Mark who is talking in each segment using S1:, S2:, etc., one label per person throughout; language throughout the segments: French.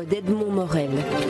S1: d'Edmond Morel.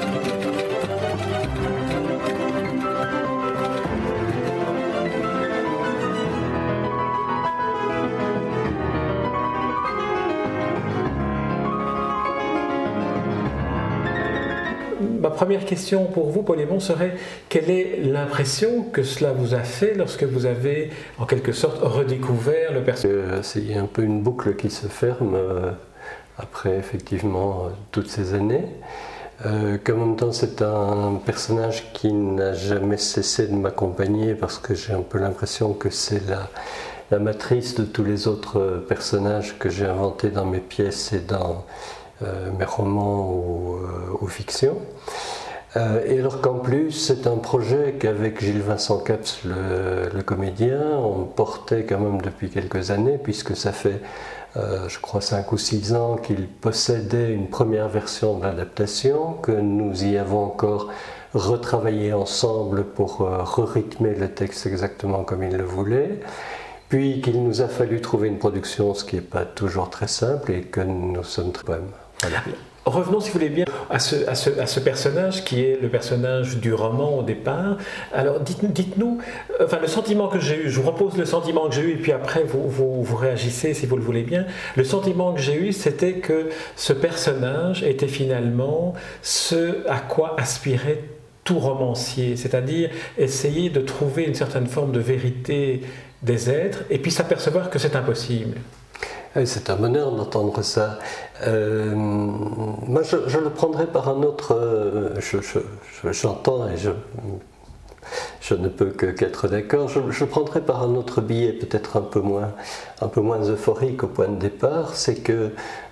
S2: Ma première question pour vous, Paul Aymon, serait quelle est l'impression que cela vous a fait lorsque vous avez, en quelque sorte, redécouvert le personnage?
S3: C'est un peu une boucle qui se ferme après, effectivement, toutes ces années. Qu'en même temps, c'est un personnage qui n'a jamais cessé de m'accompagner parce que j'ai un peu l'impression que c'est la matrice de tous les autres personnages que j'ai inventés dans mes pièces et dans mes romans ou fictions. Et alors qu'en plus, c'est un projet qu'avec Gilles Vincent Caps, le comédien, on portait quand même depuis quelques années, puisque ça fait, je crois, 5 ou 6 ans qu'il possédait une première version de l'adaptation, que nous y avons encore retravaillé ensemble pour re-rythmer le texte exactement comme il le voulait. Puis qu'il nous a fallu trouver une production, ce qui n'est pas toujours très simple, et que nous sommes très bonnes. Voilà.
S2: Revenons, si vous voulez bien, à ce personnage qui est le personnage du roman au départ. Alors, dites-nous, enfin, le sentiment que j'ai eu, je vous repose le sentiment que j'ai eu, et puis après, vous réagissez si vous le voulez bien. Le sentiment que j'ai eu, c'était que ce personnage était finalement ce à quoi aspirait tout romancier, c'est-à-dire essayer de trouver une certaine forme de vérité des êtres, et puis s'apercevoir que c'est impossible.
S3: C'est un bonheur d'entendre ça. Moi, je le prendrais par un autre... j'entends et je ne peux qu'être d'accord. Je le prendrais par un autre biais, peut-être un peu moins euphorique au point de départ. C'est que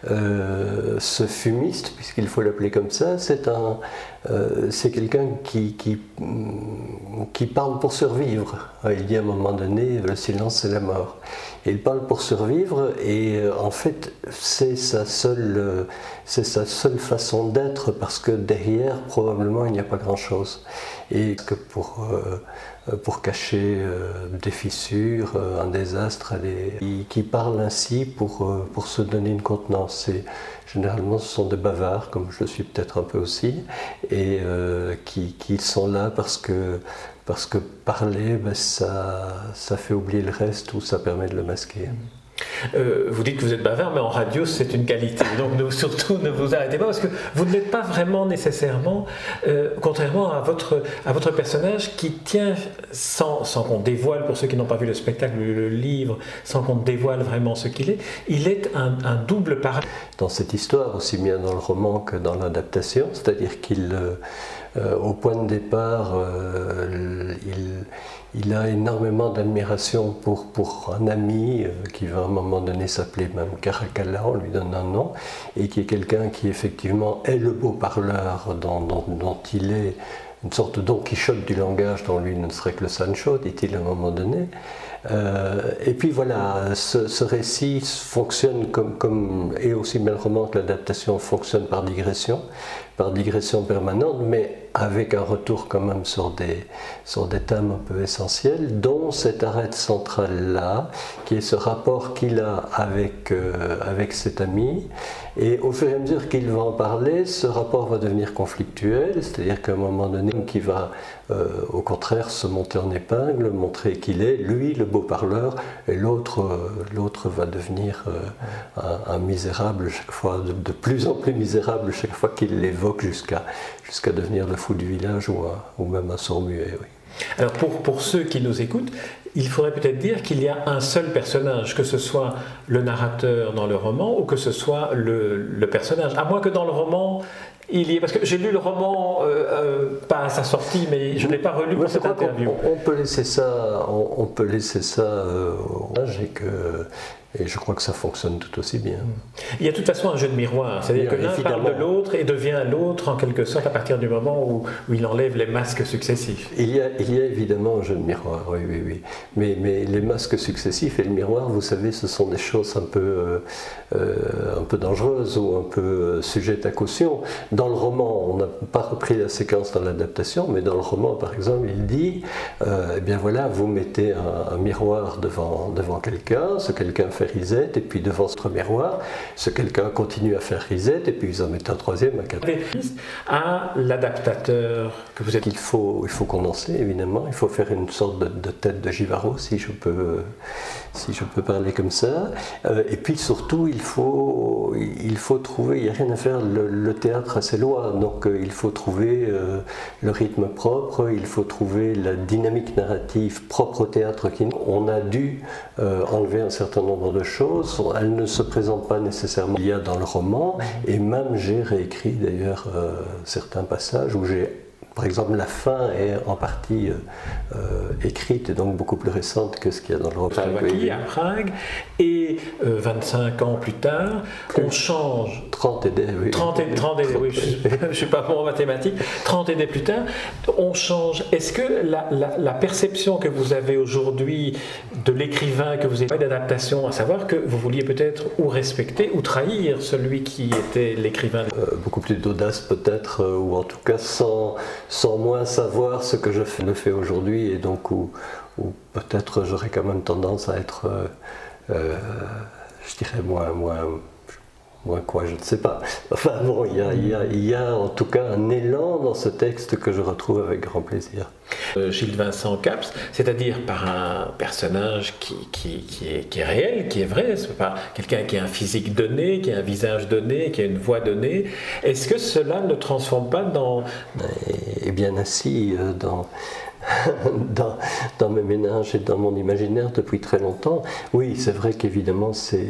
S3: ce fumiste, puisqu'il faut l'appeler comme ça, c'est quelqu'un qui parle pour survivre. Il dit à un moment donné, le silence c'est la mort. Et il parle pour survivre et en fait c'est sa seule façon d'être parce que derrière probablement il n'y a pas grand-chose. Et que pour cacher des fissures, un désastre, qui parlent ainsi pour se donner une contenance. Et généralement ce sont des bavards, comme je le suis peut-être un peu aussi, et qui sont là parce que parler, ben, ça fait oublier le reste ou ça permet de le masquer.
S2: Vous dites que vous êtes bavard, mais en radio c'est une qualité. Donc surtout ne vous arrêtez pas parce que vous ne l'êtes pas vraiment nécessairement, contrairement à votre personnage qui tient, sans qu'on dévoile, pour ceux qui n'ont pas vu le spectacle, le livre, sans qu'on dévoile vraiment ce qu'il est, il est un double parallèle.
S3: Dans cette histoire, aussi bien dans le roman que dans l'adaptation, c'est-à-dire qu'il... au point de départ, il a énormément d'admiration pour un ami qui va à un moment donné s'appeler même Caracalla, on lui donne un nom, et qui est quelqu'un qui effectivement est le beau parleur dont il est une sorte de Don Quichotte du langage, dont lui ne serait que le Sancho, dit-il à un moment donné. Et puis voilà, ce récit fonctionne et aussi bien le roman que l'adaptation fonctionne par digression permanente, mais avec un retour quand même sur des thèmes un peu essentiels, dont cette arête centrale-là, qui est ce rapport qu'il a avec cet ami. Et au fur et à mesure qu'il va en parler, ce rapport va devenir conflictuel, c'est-à-dire qu'à un moment donné, qui va au contraire se monter en épingle, montrer qu'il est, lui, le beau parleur, et l'autre va devenir un misérable chaque fois, de plus en plus misérable chaque fois qu'il l'évoque, jusqu'à devenir le fou du village ou même un sourd-muet. Oui.
S2: Alors pour ceux qui nous écoutent, il faudrait peut-être dire qu'il y a un seul personnage, que ce soit le narrateur dans le roman ou que ce soit le personnage. À moins que dans le roman, il y ait... Parce que j'ai lu le roman, pas à sa sortie, mais je ne l'ai pas relu pour cette interview.
S3: On peut laisser ça au personnage et je crois que ça fonctionne tout aussi bien.
S2: Il y a de toute façon un jeu de miroir, c'est-à-dire que l'un parle de l'autre et devient l'autre en quelque sorte à partir du moment où il enlève les masques successifs.
S3: Il y a évidemment un jeu de miroir, oui. Mais les masques successifs et le miroir, vous savez, ce sont des choses un peu dangereuses ou un peu sujettes à caution. Dans le roman, on n'a pas repris la séquence dans l'adaptation, mais dans le roman, par exemple, il dit eh bien voilà, vous mettez un miroir devant quelqu'un, ce quelqu'un fait fait Risette, et puis devant ce miroir, ce quelqu'un continue à faire Risette, et puis ils en mettent un troisième, un quatrième.
S2: À l'adaptateur que vous êtes.
S3: Il faut condenser, évidemment, il faut faire une sorte de tête de Givaro, si je peux parler comme ça. Et puis surtout, il faut trouver, il n'y a rien à faire, le théâtre a ses lois, donc il faut trouver le rythme propre, il faut trouver la dynamique narrative propre au théâtre. On a dû enlever un certain nombre de choses, elles ne se présentent pas nécessairement il y a dans le roman, et même j'ai réécrit d'ailleurs certains passages où par exemple, la fin est en partie écrite et donc beaucoup plus récente que ce qu'il y a dans le roman.
S2: À Prague, et 25 ans plus tard, on change.
S3: 30 aidés, oui.
S2: 30 aidés, oui, je ne suis pas bon en mathématiques. 30 aidés plus tard, on change. Est-ce que la perception que vous avez aujourd'hui de l'écrivain que vous êtes d'adaptation, à savoir que vous vouliez peut-être ou respecter ou trahir celui qui était l'écrivain
S3: beaucoup plus d'audace peut-être, ou en tout cas sans moins savoir ce que je fais aujourd'hui, et donc où peut-être j'aurais quand même tendance à être, je dirais, moins quoi, je ne sais pas. Enfin bon, il y a en tout cas un élan dans ce texte que je retrouve avec grand plaisir.
S2: Gilles Vincent Caps, c'est-à-dire par un personnage qui est réel, qui est vrai, c'est pas quelqu'un qui a un physique donné, qui a un visage donné, qui a une voix donnée. Est-ce que cela ne transforme pas dans...
S3: Et bien assis dans mes méninges et dans mon imaginaire depuis très longtemps. Oui, c'est vrai qu'évidemment c'est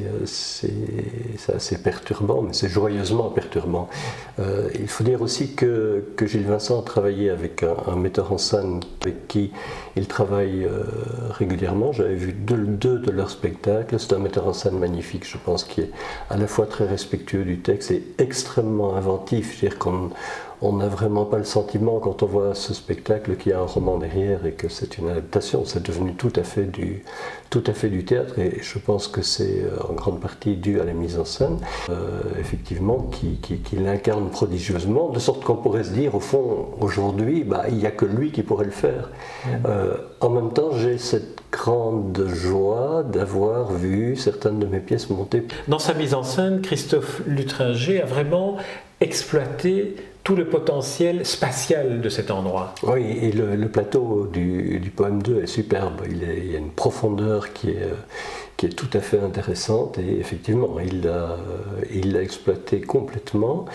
S3: assez perturbant, mais c'est joyeusement perturbant. Il faut dire aussi que Gilles Vincent a travaillé avec un metteur en scène avec qui il travaille régulièrement. J'avais vu deux de leurs spectacles. C'est un metteur en scène magnifique, je pense, qui est à la fois très respectueux du texte et extrêmement inventif. C'est-à-dire qu'on n'a vraiment pas le sentiment, quand on voit ce spectacle, qu'il y a un roman derrière et que c'est une adaptation. C'est devenu tout à fait du théâtre, et je pense que c'est en grande partie dû à la mise en scène, effectivement, qui l'incarne prodigieusement, de sorte qu'on pourrait se dire, au fond, aujourd'hui, il n'y a que lui qui pourrait le faire. En même temps, j'ai cette grande joie d'avoir vu certaines de mes pièces monter.
S2: Dans sa mise en scène, Christophe Lutringer a vraiment exploité tout le potentiel spatial de cet endroit.
S3: Oui, et le plateau du poème 2 est superbe. Il y a une profondeur qui est tout à fait intéressante, et effectivement, il l'a exploité complètement.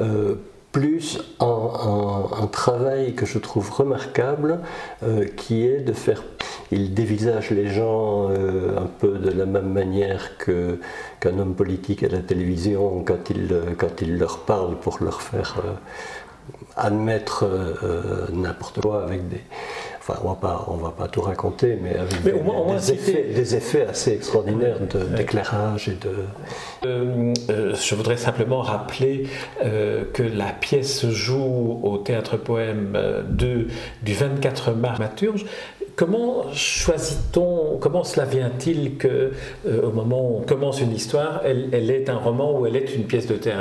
S3: Plus un travail que je trouve remarquable, qui est de faire... Il dévisage les gens un peu de la même manière qu'un homme politique à la télévision quand il leur parle pour leur faire admettre n'importe quoi avec des... Enfin, on va pas tout raconter, mais avec des effets assez extraordinaires d'éclairage et de...
S2: je voudrais simplement rappeler que la pièce se joue au Théâtre Poème du 24 mars Maturge. Comment choisit-on, comment cela vient-il qu'au moment où on commence une histoire, elle est un roman ou elle est une pièce de théâtre ?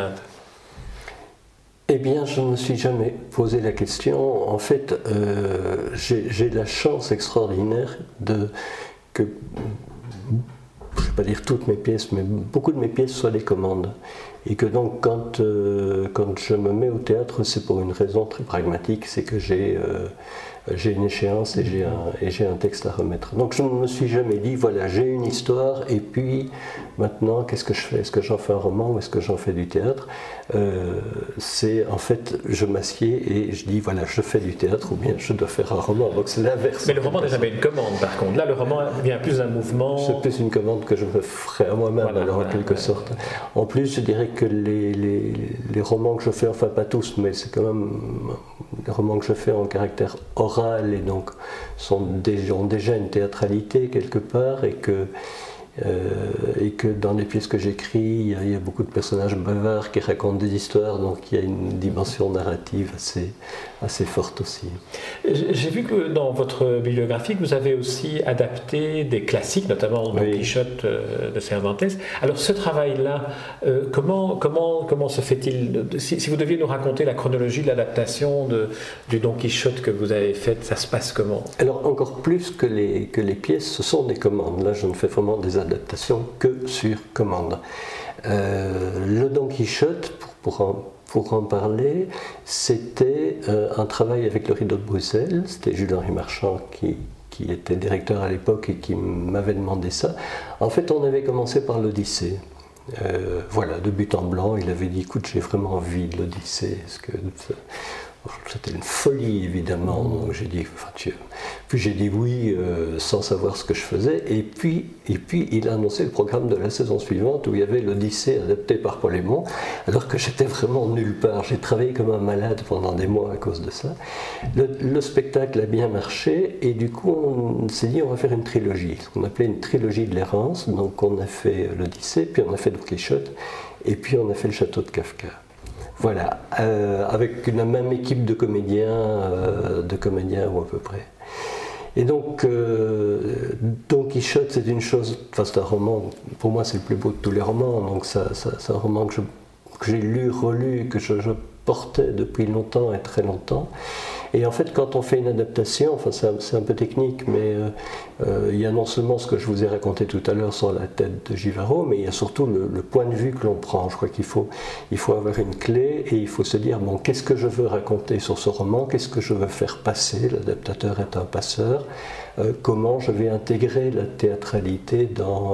S3: Eh bien, je ne me suis jamais posé la question. En fait, j'ai la chance extraordinaire que, je ne vais pas dire toutes mes pièces, mais beaucoup de mes pièces soient des commandes. Et que donc, quand je me mets au théâtre, c'est pour une raison très pragmatique, c'est que j'ai une échéance et j'ai un texte à remettre. Donc je ne me suis jamais dit, voilà, j'ai une histoire, et puis maintenant, qu'est-ce que je fais ? Est-ce que j'en fais un roman ou est-ce que j'en fais du théâtre ? C'est en fait, je m'assieds et je dis, voilà, je fais du théâtre ou bien je dois faire un roman. Donc c'est l'inverse.
S2: Mais le roman n'est jamais une commande, par contre. Là, le roman vient plus d'un mouvement.
S3: C'est plus une commande que je me ferai à moi-même, en quelque sorte. En plus, je dirais que les romans que je fais, enfin pas tous, mais c'est quand même les romans que je fais en caractère oral et donc ont déjà une théâtralité quelque part, et que dans les pièces que j'écris, il y a beaucoup de personnages bavards qui racontent des histoires, donc il y a une dimension narrative assez forte aussi.
S2: J'ai vu que dans votre bibliographie, vous avez aussi adapté des classiques, notamment Don Quichotte de Cervantes. Alors ce travail-là, comment se fait-il ? Si vous deviez nous raconter la chronologie de l'adaptation du Don Quichotte que vous avez faite, ça se passe comment ?
S3: Alors encore plus que les pièces, ce sont des commandes. Là, je ne fais vraiment des adaptations adaptations que sur commande. Le Don Quichotte, pour en parler, c'était un travail avec le Rideau de Bruxelles. C'était Jules-Henri Marchand qui était directeur à l'époque et qui m'avait demandé ça. En fait, on avait commencé par l'Odyssée. Voilà, de but en blanc, il avait dit, écoute, j'ai vraiment envie de l'Odyssée. C'était une folie, évidemment. Donc j'ai dit, puis j'ai dit oui, sans savoir ce que je faisais. Et puis il a annoncé le programme de la saison suivante où il y avait l'Odyssée adaptée par Paul Aymon, alors que j'étais vraiment nulle part. J'ai travaillé comme un malade pendant des mois à cause de ça. Le spectacle a bien marché et du coup on s'est dit on va faire une trilogie, ce qu'on appelait une trilogie de l'errance. Donc on a fait l'Odyssée, puis on a fait Don Quichotte et puis on a fait le château de Kafka. Voilà, avec la même équipe de comédiens ou à peu près. Et donc, Don Quichotte, c'est une chose, c'est un roman, pour moi c'est le plus beau de tous les romans, donc c'est un roman que j'ai lu, relu, que je portais depuis longtemps et très longtemps. Et en fait, quand on fait une adaptation, c'est un peu technique, mais il y a non seulement ce que je vous ai raconté tout à l'heure sur la tête de Givaro, mais il y a surtout le point de vue que l'on prend. Je crois qu'il faut avoir une clé et il faut se dire, bon, qu'est-ce que je veux raconter sur ce roman, qu'est-ce que je veux faire passer, l'adaptateur est un passeur, comment je vais intégrer la théâtralité dans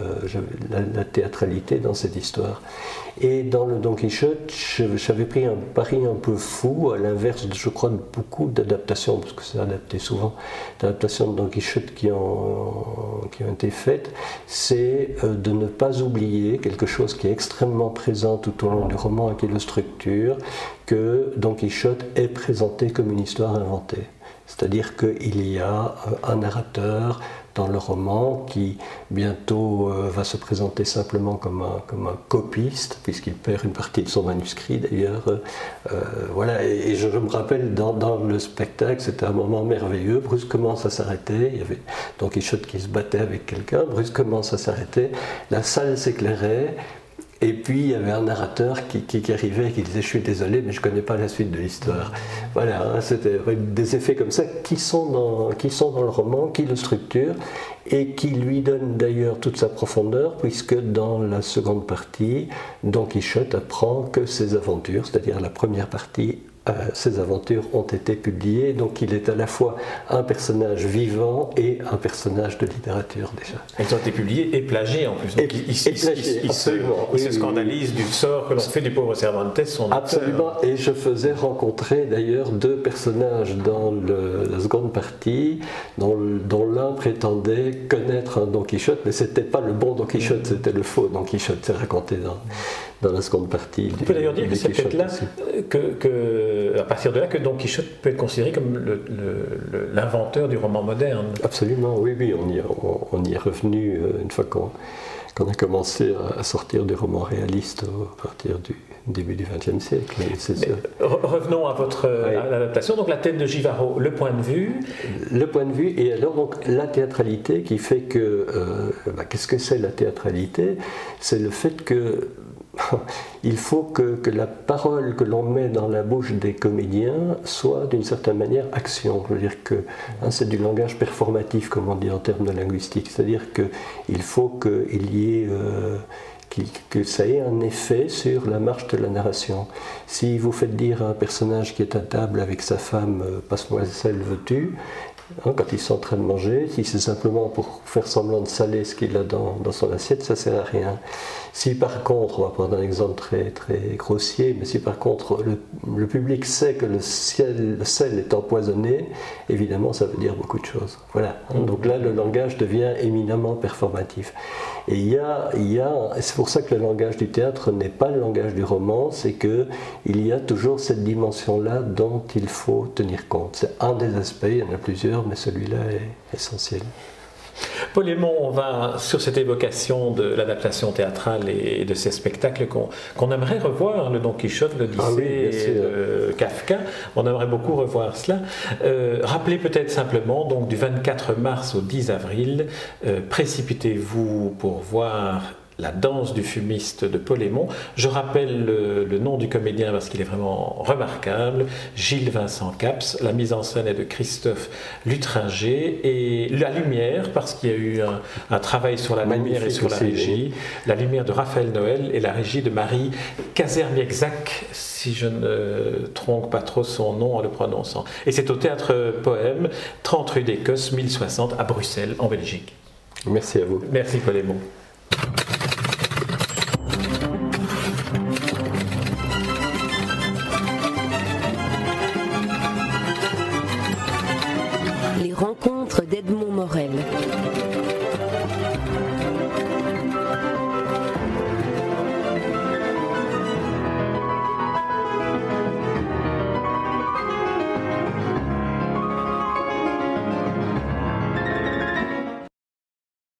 S3: cette histoire. Et dans le Don Quichotte, j'avais pris un pari un peu fou, à l'inverse, je crois, de beaucoup d'adaptations, parce que c'est adapté souvent, d'adaptations de Don Quichotte qui ont été faites, c'est de ne pas oublier quelque chose qui est extrêmement présent tout au long du roman et qui est la structure, que Don Quichotte est présenté comme une histoire inventée. C'est-à-dire qu'il y a un narrateur dans le roman qui bientôt va se présenter simplement comme un copiste, puisqu'il perd une partie de son manuscrit d'ailleurs. Voilà, et je me rappelle dans le spectacle, c'était un moment merveilleux, brusquement ça s'arrêtait, il y avait Don Quichotte qui se battait avec quelqu'un, brusquement ça s'arrêtait, la salle s'éclairait. Et puis il y avait un narrateur qui arrivait et qui disait « Je suis désolé, mais je ne connais pas la suite de l'histoire ». Voilà, c'était des effets comme ça qui sont dans le roman, qui le structurent et qui lui donnent d'ailleurs toute sa profondeur, puisque dans la seconde partie, Don Quichotte apprend que ses aventures, c'est-à-dire la première partie, ses aventures ont été publiées, donc il est à la fois un personnage vivant et un personnage de littérature déjà.
S2: Elles ont été publiées et plagiées en plus. Donc il se scandalise du sort que l'on fait du pauvre Cervantes, son auteur.
S3: Absolument, et je faisais rencontrer d'ailleurs deux personnages dans la seconde partie, dont l'un prétendait connaître un Don Quichotte, mais c'était pas le bon Don Quichotte, c'était le faux Don Quichotte, c'est raconté dans la seconde partie.
S2: On peut d'ailleurs dire que c'est peut-être là à partir de là que Don Quichotte peut être considéré comme l'inventeur du roman moderne.
S3: Absolument, oui, on y est revenu une fois qu'on a commencé à sortir des romans réalistes à partir du début du XXe siècle.
S2: Revenons à à l'adaptation, donc la tête de Givaro, le point de vue.
S3: Le point de vue, et alors donc la théâtralité qui fait que, qu'est-ce que c'est la théâtralité? C'est le fait que il faut que la parole que l'on met dans la bouche des comédiens soit d'une certaine manière action. Je veux dire que c'est du langage performatif, comme on dit en termes de linguistique. C'est-à-dire qu'il faut qu'il y ait que ça ait un effet sur la marche de la narration. Si vous faites dire à un personnage qui est à table avec sa femme « passe-moi celle, veux-tu » quand ils sont en train de manger, si c'est simplement pour faire semblant de saler ce qu'il a dans son assiette, ça ne sert à rien. Si par contre, on va prendre un exemple très, très grossier, mais si par contre le public sait que le sel est empoisonné, évidemment ça veut dire beaucoup de choses. Voilà. Donc là, le langage devient éminemment performatif. Et c'est pour ça que le langage du théâtre n'est pas le langage du roman, c'est qu'il y a toujours cette dimension-là dont il faut tenir compte. C'est un des aspects, il y en a plusieurs, mais celui-là est essentiel.
S2: Paul Aymon, on va sur cette évocation de l'adaptation théâtrale et de ces spectacles qu'on aimerait revoir, le Don Quichotte, l'Odyssée, Kafka, on aimerait beaucoup revoir cela. Rappelez peut-être simplement, donc du 24 mars au 10 avril, précipitez-vous pour voir La danse du fumiste de Paul Hémon. Je rappelle le nom du comédien parce qu'il est vraiment remarquable, Gilles Vincent Caps. La mise en scène est de Christophe Lutringer et la lumière, parce qu'il y a eu un travail sur la lumière et sur la régie, la lumière de Raphaël Noël et la régie de Marie Kazermieczak, si je ne tronque pas trop son nom en le prononçant. Et c'est au Théâtre Poème, 30 rue d'Écosse, 1060 à Bruxelles, en Belgique.
S3: Merci à vous.
S2: Merci Paul Hémon.